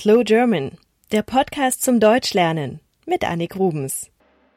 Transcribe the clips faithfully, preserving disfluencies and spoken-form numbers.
Slow German, der Podcast zum Deutschlernen mit Annik Rubens.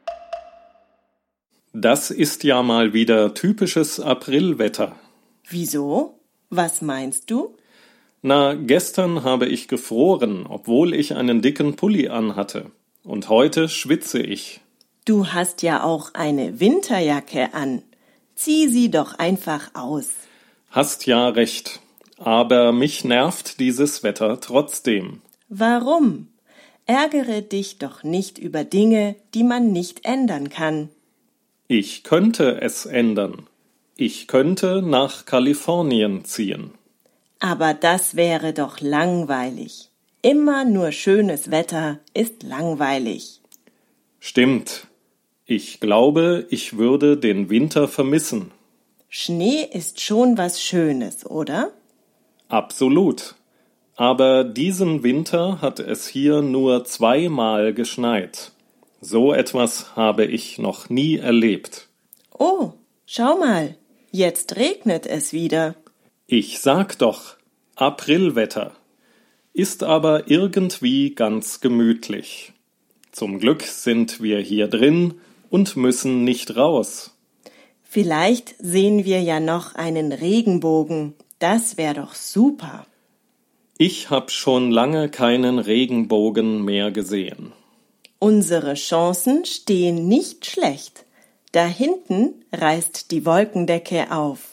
Das ist ja mal wieder typisches Aprilwetter. Wieso? Was meinst du? Na, gestern habe ich gefroren, obwohl ich einen dicken Pulli anhatte. Und heute schwitze ich. Du hast ja auch eine Winterjacke an. Zieh sie doch einfach aus. Hast ja recht. Aber mich nervt dieses Wetter trotzdem. Warum? Ärgere dich doch nicht über Dinge, die man nicht ändern kann. Ich könnte es ändern. Ich könnte nach Kalifornien ziehen. Aber das wäre doch langweilig. Immer nur schönes Wetter ist langweilig. Stimmt. Ich glaube, ich würde den Winter vermissen. Schnee ist schon was Schönes, oder? Absolut. Aber diesen Winter hat es hier nur zweimal geschneit. So etwas habe ich noch nie erlebt. Oh, schau mal, jetzt regnet es wieder. Ich sag doch, Aprilwetter. Ist aber irgendwie ganz gemütlich. Zum Glück sind wir hier drin und müssen nicht raus. Vielleicht sehen wir ja noch einen Regenbogen. Das wäre doch super. Ich hab schon lange keinen Regenbogen mehr gesehen. Unsere Chancen stehen nicht schlecht. Da hinten reißt die Wolkendecke auf.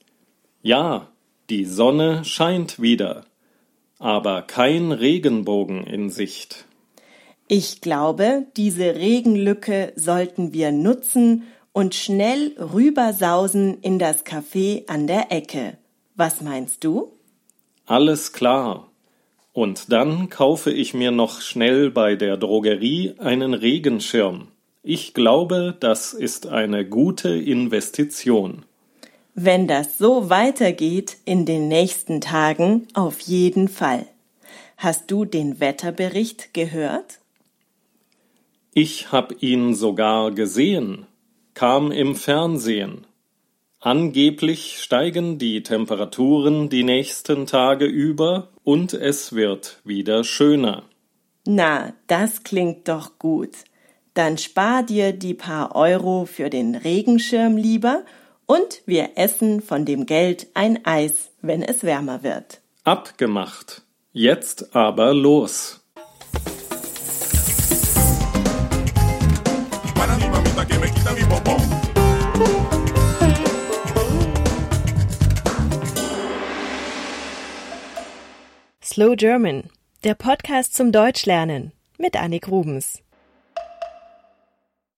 Ja, die Sonne scheint wieder, aber kein Regenbogen in Sicht. Ich glaube, diese Regenlücke sollten wir nutzen und schnell rübersausen in das Café an der Ecke. Was meinst du? Alles klar. Und dann kaufe ich mir noch schnell bei der Drogerie einen Regenschirm. Ich glaube, das ist eine gute Investition. Wenn das so weitergeht in den nächsten Tagen, auf jeden Fall. Hast du den Wetterbericht gehört? Ich hab ihn sogar gesehen, kam im Fernsehen. Angeblich steigen die Temperaturen die nächsten Tage über und es wird wieder schöner. Na, das klingt doch gut. Dann spar dir die paar Euro für den Regenschirm lieber und wir essen von dem Geld ein Eis, wenn es wärmer wird. Abgemacht. Jetzt aber los. Slow German, der Podcast zum Deutschlernen mit Annik Rubens.